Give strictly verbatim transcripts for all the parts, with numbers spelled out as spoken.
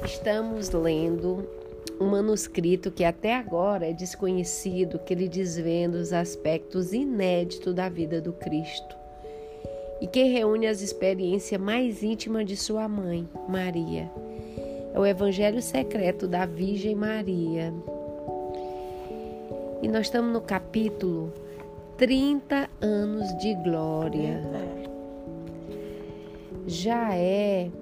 Estamos lendo um manuscrito que até agora é desconhecido, que ele desvenda os aspectos inéditos da vida do Cristo e que reúne as experiências mais íntimas de sua mãe, Maria. É o Evangelho Secreto da Virgem Maria. E nós estamos no capítulo trinta anos de glória. Já é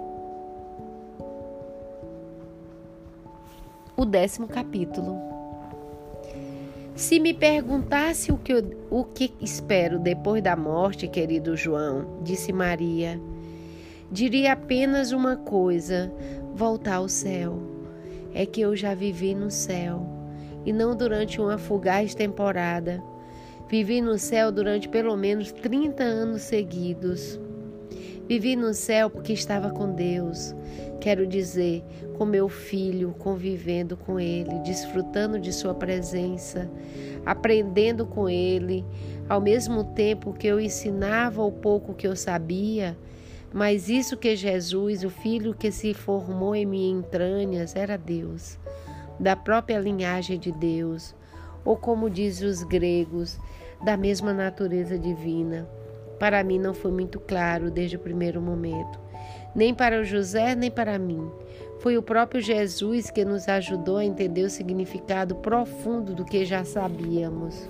o décimo capítulo. Se me perguntasse o que, eu, o que espero depois da morte, querido João, disse Maria, diria apenas uma coisa: voltar ao céu. É que eu já vivi no céu, e não durante uma fugaz temporada. Vivi no céu durante pelo menos trinta anos seguidos. Vivi no céu porque estava com Deus, quero dizer, com meu filho, convivendo com Ele, desfrutando de sua presença, aprendendo com Ele, ao mesmo tempo que eu ensinava o pouco que eu sabia, mas isso que Jesus, o Filho que se formou em minhas entranhas, era Deus, da própria linhagem de Deus, ou como dizem os gregos, da mesma natureza divina. Para mim não foi muito claro desde o primeiro momento, nem para o José, nem para mim. Foi o próprio Jesus que nos ajudou a entender o significado profundo do que já sabíamos.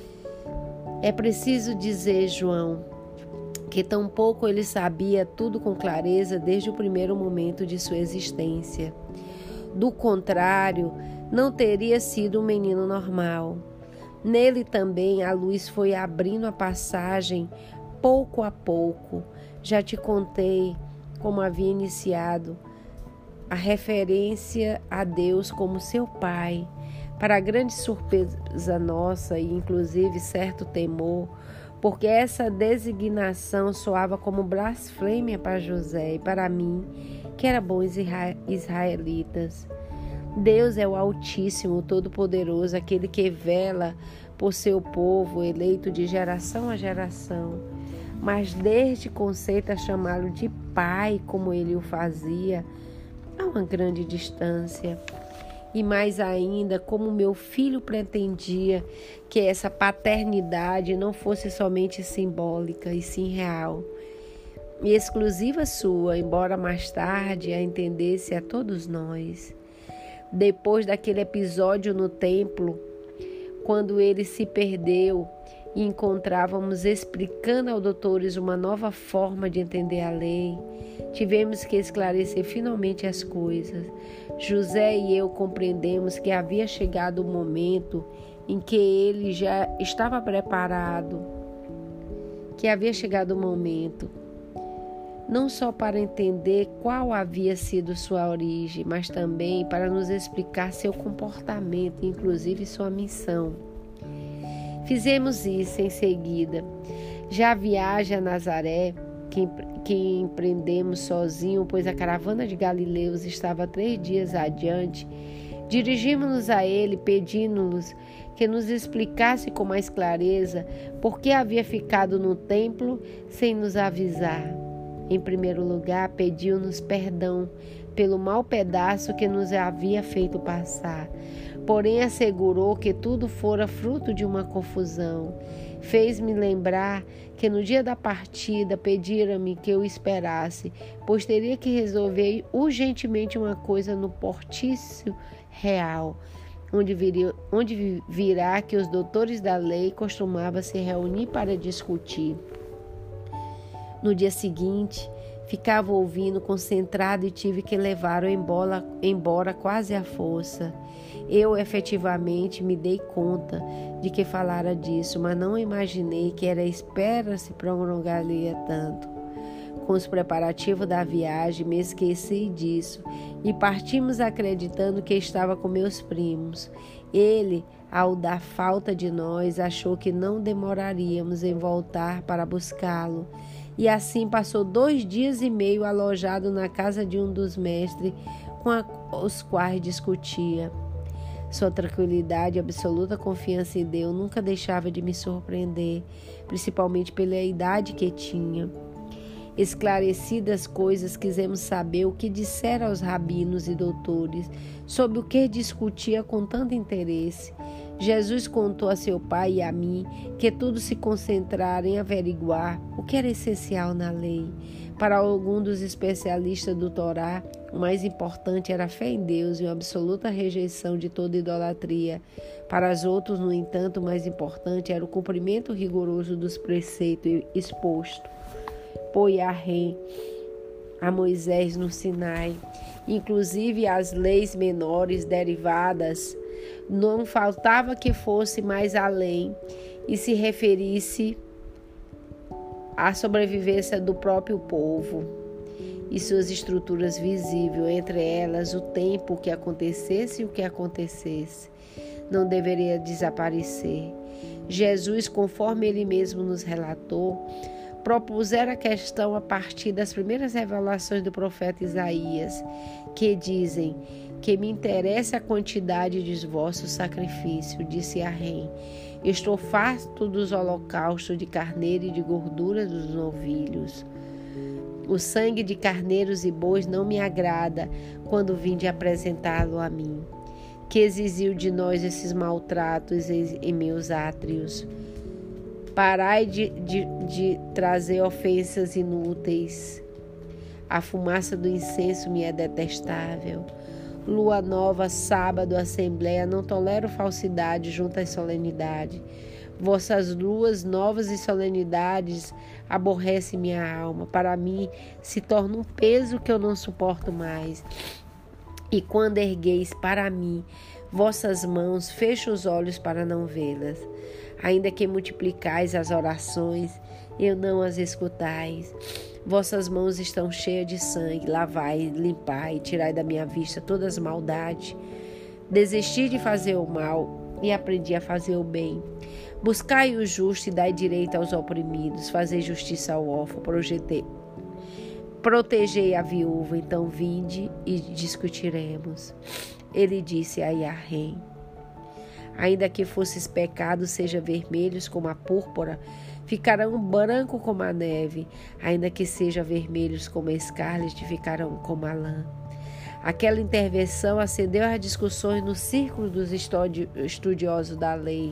É preciso dizer, João, que tampouco ele sabia tudo com clareza desde o primeiro momento de sua existência. Do contrário, não teria sido um menino normal. Nele também a luz foi abrindo a passagem pouco a pouco. Já te contei como havia iniciado a referência a Deus como seu Pai. Para grande surpresa nossa e inclusive certo temor, porque essa designação soava como blasfêmia para José e para mim, que era bons israelitas. Deus é o Altíssimo, o Todo-Poderoso, aquele que vela por seu povo, eleito de geração a geração. Mas desde conceito a chamá-lo de pai, como ele o fazia, há uma grande distância. E mais ainda, como meu filho pretendia que essa paternidade não fosse somente simbólica e sim real, e exclusiva sua, embora mais tarde a entendesse a todos nós. Depois daquele episódio no templo, quando ele se perdeu e encontrávamos explicando aos doutores uma nova forma de entender a lei, tivemos que esclarecer finalmente as coisas. José e eu compreendemos que havia chegado o momento em que ele já estava preparado, que havia chegado o momento, não só para entender qual havia sido sua origem, mas também para nos explicar seu comportamento, inclusive sua missão. Fizemos isso em seguida. Já a viagem a Nazaré, que, que empreendemos sozinho, pois a caravana de Galileus estava três dias adiante, dirigimos-nos a ele, pedindo-nos que nos explicasse com mais clareza por que havia ficado no templo sem nos avisar. Em primeiro lugar, pediu-nos perdão pelo mau pedaço que nos havia feito passar. Porém, assegurou que tudo fora fruto de uma confusão. Fez-me lembrar que no dia da partida pedira-me que eu esperasse, pois teria que resolver urgentemente uma coisa no Portício Real, onde, viria, onde virá que os doutores da lei costumavam se reunir para discutir. No dia seguinte, ficava ouvindo concentrado e tive que levá-lo embora, embora quase à força. Eu efetivamente me dei conta de que falara disso, mas não imaginei que era espera se prolongaria tanto. Com os preparativos da viagem, me esqueci disso e partimos acreditando que estava com meus primos. Ele, ao dar falta de nós, achou que não demoraríamos em voltar para buscá-lo. E assim passou dois dias e meio alojado na casa de um dos mestres com a, os quais discutia. Sua tranquilidade e absoluta confiança em Deus nunca deixava de me surpreender, principalmente pela idade que tinha. Esclarecidas coisas, quisemos saber o que dissera aos rabinos e doutores, sobre o que discutia com tanto interesse. Jesus contou a seu pai e a mim que tudo se concentrara em averiguar o que era essencial na lei. Para algum dos especialistas do Torá, o mais importante era a fé em Deus e uma absoluta rejeição de toda idolatria. Para os outros, no entanto, o mais importante era o cumprimento rigoroso dos preceitos expostos por Yahvé a Moisés no Sinai. Inclusive as leis menores derivadas, não faltava que fosse mais além e se referisse à sobrevivência do próprio povo e suas estruturas visíveis, entre elas o tempo que acontecesse e o que acontecesse, não deveria desaparecer. Jesus, conforme ele mesmo nos relatou, propusera a questão a partir das primeiras revelações do profeta Isaías, que dizem que me interessa a quantidade de vossos sacrifícios, disse Yahvé. Estou farto dos holocaustos de carneiro e de gordura dos novilhos. O sangue de carneiros e bois não me agrada quando vim de apresentá-lo a mim. Que exigiu de nós esses maltratos em meus átrios? Parai de, de, de trazer ofensas inúteis. A fumaça do incenso me é detestável. Lua nova, sábado, assembleia, não tolero falsidade junto às solenidades. Vossas luas novas e solenidades aborrecem minha alma. Para mim, se torna um peso que eu não suporto mais. E quando ergueis para mim vossas mãos, fecho os olhos para não vê-las. Ainda que multiplicais as orações, eu não as escutais. Vossas mãos estão cheias de sangue, lavai, limpai, tirai da minha vista todas as maldades. Desisti de fazer o mal e aprendi a fazer o bem. Buscai o justo e dai direito aos oprimidos, fazei justiça ao órfão, projetei. Protegei a viúva, então vinde e discutiremos. Ele disse a Yahvé: ainda que fosses pecados, seja vermelhos como a púrpura, ficarão branco como a neve. Ainda que seja vermelhos como a escarlate, ficarão como a lã. Aquela intervenção acendeu as discussões no círculo dos estudiosos da lei.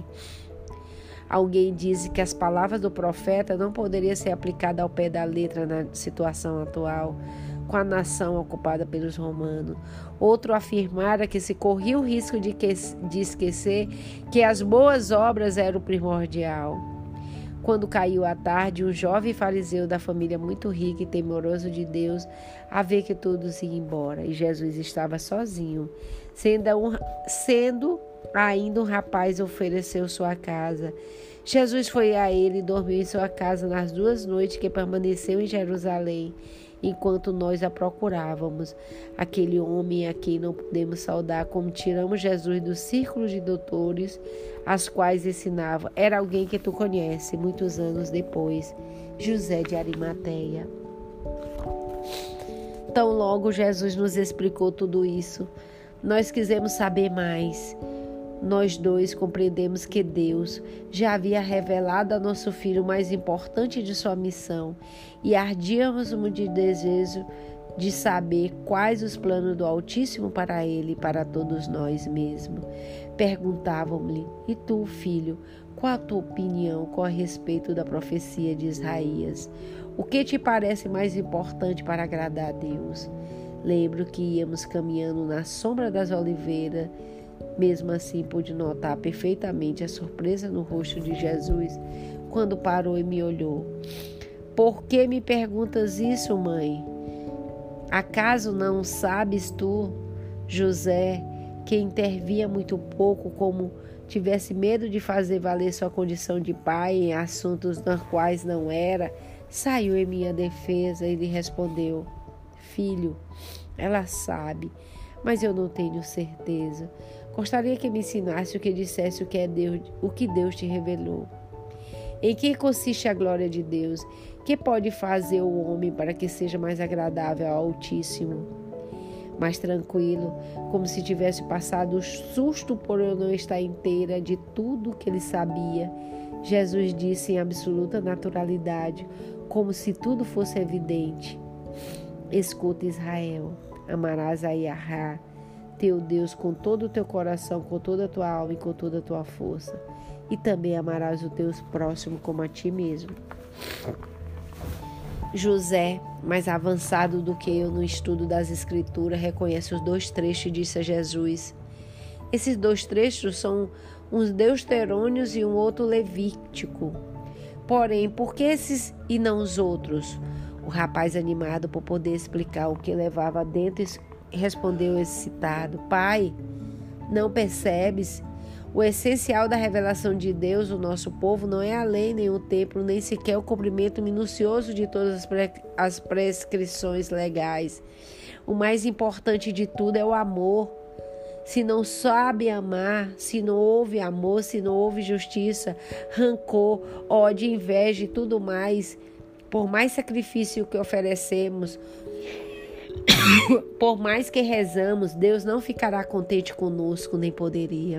Alguém disse que as palavras do profeta não poderiam ser aplicadas ao pé da letra na situação atual, com a nação ocupada pelos romanos. Outro afirmara que se corria o risco de, que, de esquecer que as boas obras eram o primordial. Quando caiu a tarde, um jovem fariseu da família muito rica e temoroso de Deus, a ver que todos iam embora, e Jesus estava sozinho. Sendo, um, sendo ainda um rapaz, ofereceu sua casa. Jesus foi a ele e dormiu em sua casa nas duas noites que permaneceu em Jerusalém, enquanto nós a procurávamos. Aquele homem a quem não podemos saudar, como tiramos Jesus do círculo de doutores, as quais ensinava, era alguém que tu conhece, muitos anos depois, José de Arimateia. Tão logo Jesus nos explicou tudo isso, nós quisemos saber mais. Nós dois compreendemos que Deus já havia revelado a nosso filho o mais importante de sua missão e ardíamos de desejo de saber quais os planos do Altíssimo para ele e para todos nós mesmos. Perguntavam-lhe: e tu, filho, qual a tua opinião com a respeito da profecia de Isaías? O que te parece mais importante para agradar a Deus? Lembro que íamos caminhando na sombra das oliveiras. Mesmo assim, pude notar perfeitamente a surpresa no rosto de Jesus quando parou e me olhou. Por que me perguntas isso, mãe? Acaso não sabes tu, José, que intervia muito pouco, como tivesse medo de fazer valer sua condição de pai em assuntos nos quais não era, saiu em minha defesa e lhe respondeu: filho, ela sabe, mas eu não tenho certeza. Gostaria que me ensinasse o que dissesse o que é Deus, o que Deus te revelou. Em que consiste a glória de Deus? Que pode fazer o homem para que seja mais agradável ao Altíssimo? Mais tranquilo, como se tivesse passado o susto por eu não estar inteira de tudo que ele sabia, Jesus disse em absoluta naturalidade, como se tudo fosse evidente: escuta, Israel, amarás a Yahá, teu Deus, com todo o teu coração, com toda a tua alma e com toda a tua força, e também amarás o teu próximo como a ti mesmo. José, mais avançado do que eu no estudo das Escrituras, reconhece os dois trechos e disse a Jesus. Esses dois trechos são uns deuterônios e um outro levítico. Porém, por que esses e não os outros? O rapaz, animado por poder explicar o que levava dentro, respondeu excitado: Pai, não percebes? O essencial da revelação de Deus, o nosso povo, não é a lei, nem o templo, nem sequer o cumprimento minucioso de todas as, pre- as prescrições legais. O mais importante de tudo é o amor. Se não sabe amar, se não houve amor, se não houve justiça, rancor, ódio, inveja e tudo mais, por mais sacrifício que oferecemos, por mais que rezamos, Deus não ficará contente conosco, nem poderia.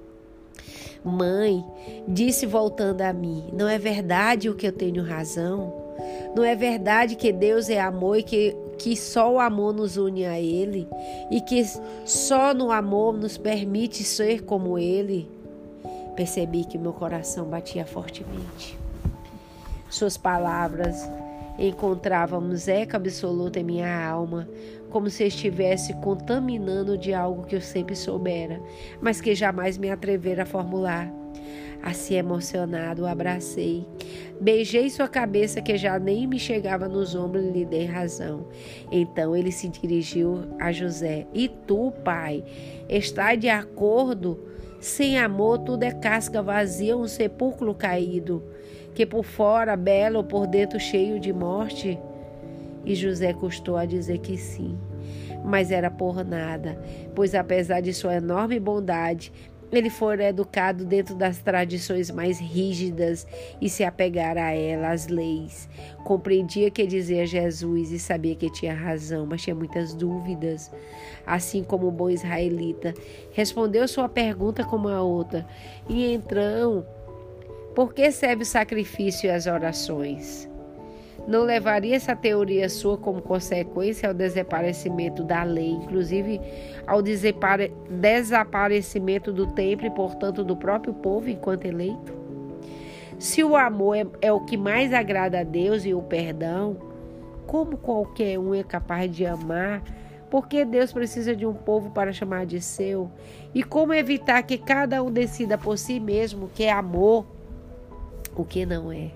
Mãe, disse voltando a mim, não é verdade o que eu tenho razão? Não é verdade que Deus é amor e que, que só o amor nos une a Ele? E que só no amor nos permite ser como Ele? Percebi que meu coração batia fortemente. Suas palavras encontrávamos eco absoluto em minha alma, como se estivesse contaminando de algo que eu sempre soubera, mas que jamais me atrevera a formular. Assim, emocionado, o abracei. Beijei sua cabeça, que já nem me chegava nos ombros, e lhe dei razão. Então ele se dirigiu a José. E tu, pai, estás de acordo? Sem amor, tudo é casca vazia, um sepulcro caído, que por fora belo, por dentro cheio de morte. E José custou a dizer que sim, mas era por nada, pois apesar de sua enorme bondade, ele fora educado dentro das tradições mais rígidas e se apegara a ela, às leis. Compreendia que dizia Jesus e sabia que tinha razão, mas tinha muitas dúvidas. Assim como o bom israelita, respondeu sua pergunta como a outra. E então, por que serve o sacrifício e as orações? Não levaria essa teoria sua como consequência ao desaparecimento da lei, inclusive ao desaparecimento do templo e, portanto, do próprio povo enquanto eleito? Se o amor é, é o que mais agrada a Deus e o perdão, como qualquer um é capaz de amar? Por que Deus precisa de um povo para chamar de seu? E como evitar que cada um decida por si mesmo o que é amor, o que não é?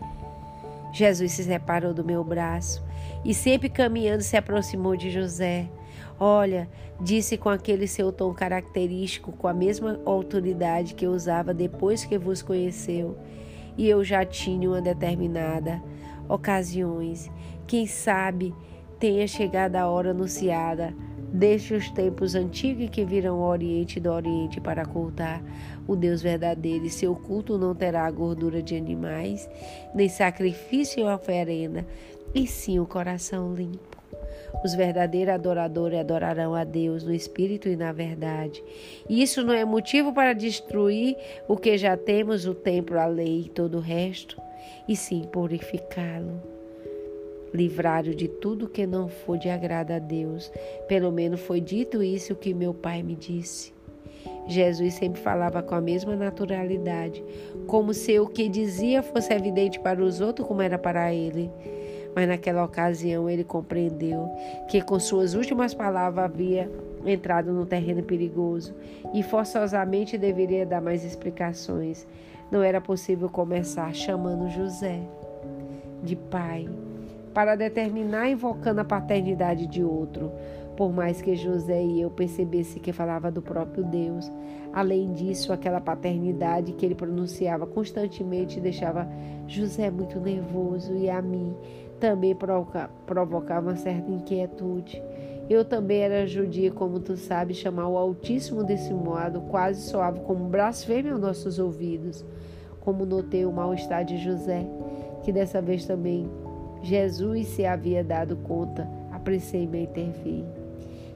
Jesus se separou do meu braço e, sempre caminhando, se aproximou de José. Olha, disse com aquele seu tom característico, com a mesma autoridade que usava depois que vos conheceu. E eu já tinha uma determinada ocasiões. Quem sabe tenha chegado a hora anunciada, desde os tempos antigos que virão ao Oriente e do Oriente para cultar o Deus verdadeiro, e seu culto não terá a gordura de animais, nem sacrifício ou oferenda, e sim o coração limpo. Os verdadeiros adoradores adorarão a Deus no espírito e na verdade. E isso não é motivo para destruir o que já temos, o templo, a lei e todo o resto, e sim purificá-lo. Livrar-o de tudo que não for de agrado a Deus. Pelo menos foi dito isso que meu pai me disse. Jesus sempre falava com a mesma naturalidade, como se o que dizia fosse evidente para os outros como era para ele. Mas naquela ocasião ele compreendeu que com suas últimas palavras havia entrado no terreno perigoso e forçosamente deveria dar mais explicações. Não era possível começar chamando José de pai, para determinar invocando a paternidade de outro, por mais que José e eu percebesse que falava do próprio Deus. Além disso, aquela paternidade que ele pronunciava constantemente deixava José muito nervoso e a mim também provoca, provocava uma certa inquietude. Eu também era judia, como tu sabes, chamar o Altíssimo desse modo quase soava como blasfêmia aos nossos ouvidos. Como notei o mal-estar de José, que dessa vez também Jesus se havia dado conta, apressei-me a intervir.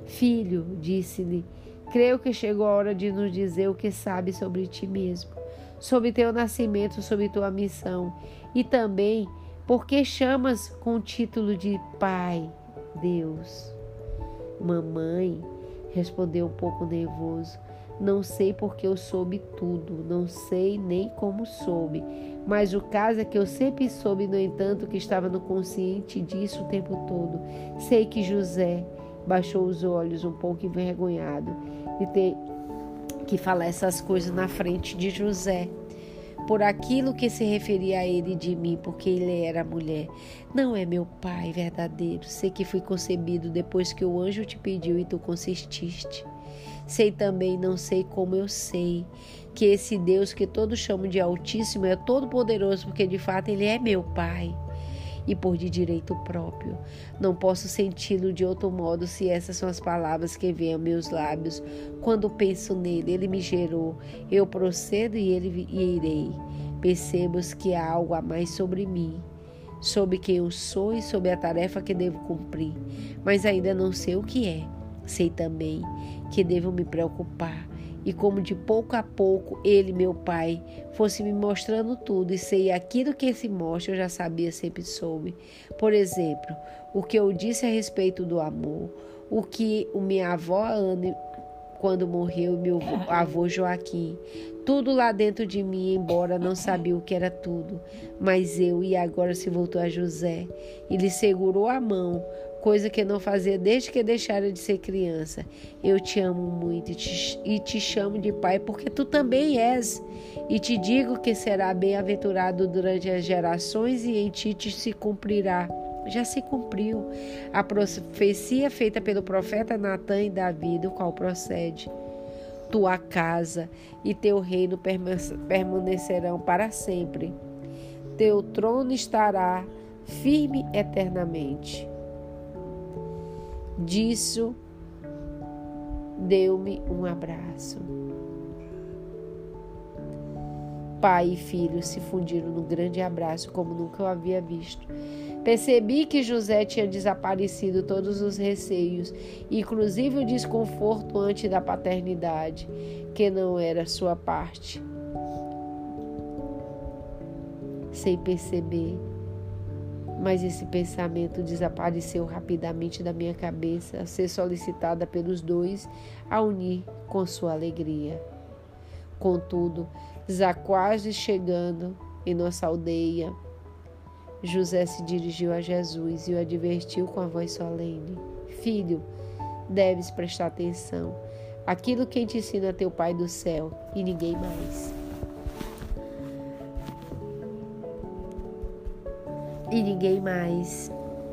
Filho, disse-lhe, creio que chegou a hora de nos dizer o que sabe sobre ti mesmo, sobre teu nascimento, sobre tua missão, e também porque chamas com o título de Pai, Deus. Mamãe, respondeu um pouco nervoso, não sei porque eu soube tudo, não sei nem como soube, mas o caso é que eu sempre soube, no entanto, que estava no consciente disso o tempo todo. Sei que José baixou os olhos um pouco envergonhado e tem que falar essas coisas na frente de José, por aquilo que se referia a ele de mim, porque ele era mulher. Não é meu pai verdadeiro. Sei que fui concebido depois que o anjo te pediu e tu consististe. Sei também, não sei como eu sei, que esse Deus que todos chamam de Altíssimo é todo poderoso, porque de fato ele é meu pai e por de direito próprio. Não posso senti-lo de outro modo se essas são as palavras que vêm aos meus lábios. Quando penso nele, ele me gerou, eu procedo e ele e irei. Percebo que há algo a mais sobre mim, sobre quem eu sou e sobre a tarefa que devo cumprir, mas ainda não sei o que é. Sei também que devo me preocupar, e como de pouco a pouco ele, meu pai, fosse me mostrando tudo, e sei aquilo que se mostra, eu já sabia, sempre soube. Por exemplo, o que eu disse a respeito do amor, o que minha avó Ana, quando morreu, meu avô Joaquim, tudo lá dentro de mim, embora não sabia o que era tudo. Mas eu, e agora se voltou a José, e lhe segurou a mão, coisa que não fazia desde que deixara de ser criança. Eu te amo muito e te, e te chamo de pai, porque tu também és. E te digo que será bem-aventurado durante as gerações e em ti te se cumprirá. Já se cumpriu a profecia feita pelo profeta Natã e Davi, do qual procede. Tua casa e teu reino permanecerão para sempre. Teu trono estará firme eternamente. Disso, deu-me um abraço. Pai e filho se fundiram num grande abraço como nunca eu havia visto. Percebi que José tinha desaparecido todos os receios, inclusive o desconforto antes da paternidade, que não era sua parte. Sem perceber, mas esse pensamento desapareceu rapidamente da minha cabeça, a ser solicitada pelos dois a unir com sua alegria. Contudo, já quase chegando em nossa aldeia, José se dirigiu a Jesus e o advertiu com a voz solene: Filho, deves prestar atenção. Aquilo que te ensina teu Pai do céu e ninguém mais. E ninguém mais.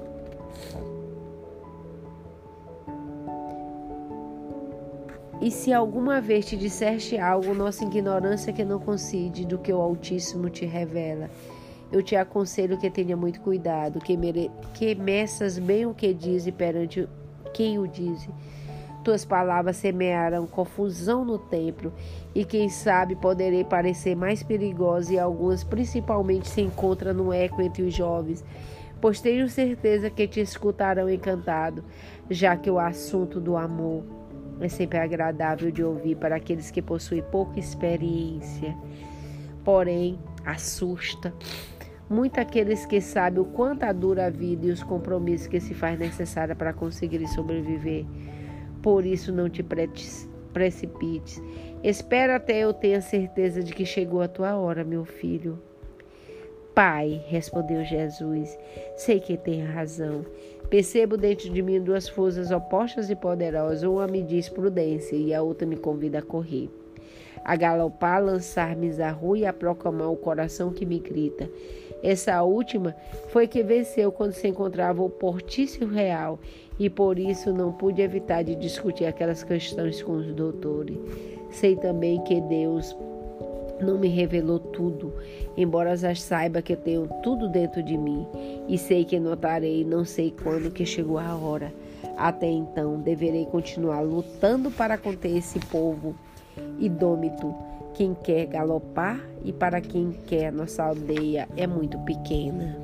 E se alguma vez te disseste algo, nossa ignorância que não concede do que o Altíssimo te revela, eu te aconselho que tenha muito cuidado, que, mere... que meças bem o que diz perante quem o diz. Tuas palavras semearão confusão no templo, e quem sabe poderei parecer mais perigosa, e algumas principalmente se encontram no eco entre os jovens, pois tenho certeza que te escutarão encantado, já que o assunto do amor é sempre agradável de ouvir para aqueles que possuem pouca experiência. Porém, assusta muito aqueles que sabem o quanto dura a vida e os compromissos que se faz necessário para conseguir sobreviver. Por isso, não te precipites. Espera até eu tenha certeza de que chegou a tua hora, meu filho. Pai, respondeu Jesus, sei que tem razão. Percebo dentro de mim duas forças opostas e poderosas. Uma me diz prudência e a outra me convida a correr, a galopar, a lançar-me à rua e a proclamar o coração que me grita. Essa última foi que venceu quando se encontrava o portício real, e por isso não pude evitar de discutir aquelas questões com os doutores. Sei também que Deus não me revelou tudo, embora já saiba que tenho tudo dentro de mim, e sei que notarei, não sei quando que chegou a hora. Até então, deverei continuar lutando para conter esse povo idômito. Quem quer galopar, e para quem quer, nossa aldeia é muito pequena.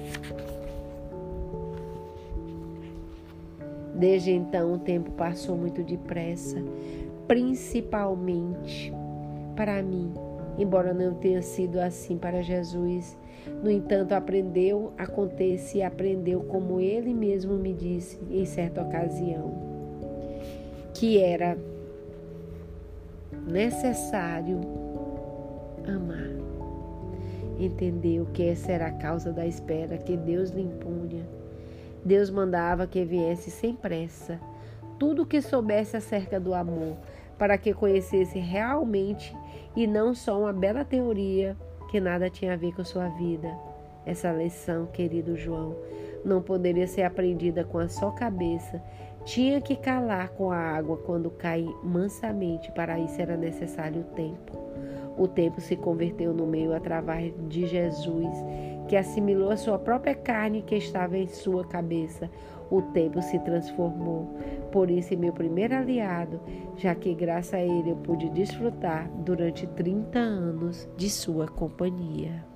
Desde então, o tempo passou muito depressa, principalmente para mim. embora não tenha sido assim para Jesus. No entanto, aprendeu a conter e aprendeu, como ele mesmo me disse em certa ocasião, que era necessário amar. Entendeu que essa era a causa da espera que Deus lhe impunha. Deus mandava que viesse sem pressa tudo o que soubesse acerca do amor, para que conhecesse realmente e não só uma bela teoria que nada tinha a ver com sua vida. Essa lição, querido João, não poderia ser aprendida com a só cabeça. Tinha que calar com a água quando cai mansamente. Para isso era necessário o tempo. O tempo se converteu no meio através de Jesus, que assimilou a sua própria carne que estava em sua cabeça. O tempo se transformou. Por isso, meu primeiro aliado, já que graças a ele eu pude desfrutar durante trinta anos de sua companhia.